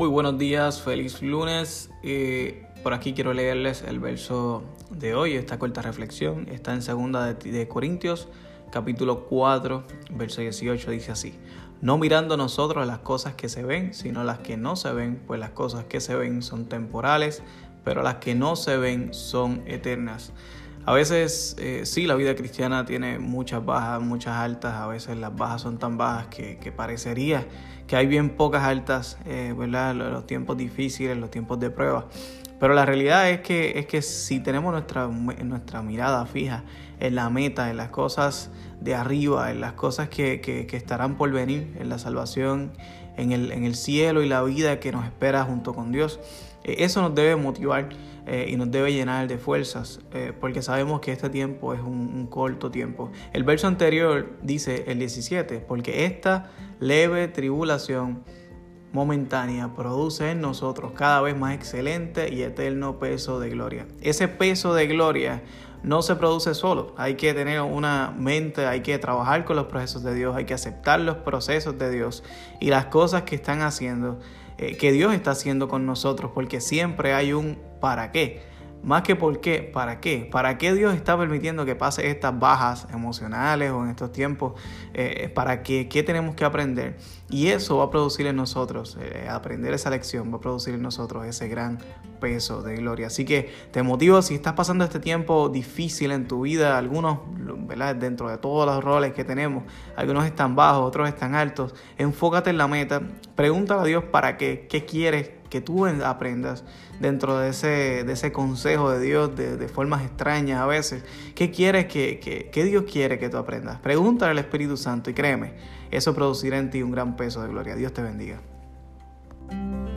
Muy buenos días, feliz lunes. Por aquí quiero leerles el verso de hoy. Esta corta reflexión está en 2 de Corintios, capítulo 4, verso 18. Dice así: no mirando nosotros las cosas que se ven, sino las que no se ven, pues las cosas que se ven son temporales, pero las que no se ven son eternas. A veces sí, la vida cristiana tiene muchas bajas, muchas altas. A veces las bajas son tan bajas que parecería que hay bien pocas altas, ¿verdad? Los tiempos difíciles, los tiempos de prueba. Pero la realidad es que si tenemos nuestra mirada fija en la meta, en las cosas de arriba, en las cosas que estarán por venir, en la salvación, en el cielo y la vida que nos espera junto con Dios, eso nos debe motivar y nos debe llenar de fuerzas, porque sabemos que este tiempo es un corto tiempo. El verso anterior dice, el 17, porque esta leve tribulación momentánea produce en nosotros cada vez más excelente y eterno peso de gloria. Ese peso de gloria no se produce solo. Hay que tener una mente, hay que trabajar con los procesos de Dios, hay que aceptar los procesos de Dios y las cosas que están haciendo, que Dios está haciendo con nosotros, porque siempre hay un para qué. Más que por qué, ¿para qué? ¿Para qué Dios está permitiendo que pase estas bajas emocionales o en estos tiempos? ¿Para qué? ¿Qué tenemos que aprender? Y eso va a producir en nosotros, aprender esa lección va a producir en nosotros ese gran peso de gloria. Así que te motivo, si estás pasando este tiempo difícil en tu vida, algunos, ¿verdad? Dentro de todos los roles que tenemos, algunos están bajos, otros están altos, enfócate en la meta, pregúntale a Dios para qué quieres que tú aprendas dentro de ese consejo de Dios de formas extrañas a veces. ¿Qué quieres que Dios quiere que tú aprendas? Pregúntale al Espíritu Santo y créeme, eso producirá en ti un gran peso de gloria. Dios te bendiga.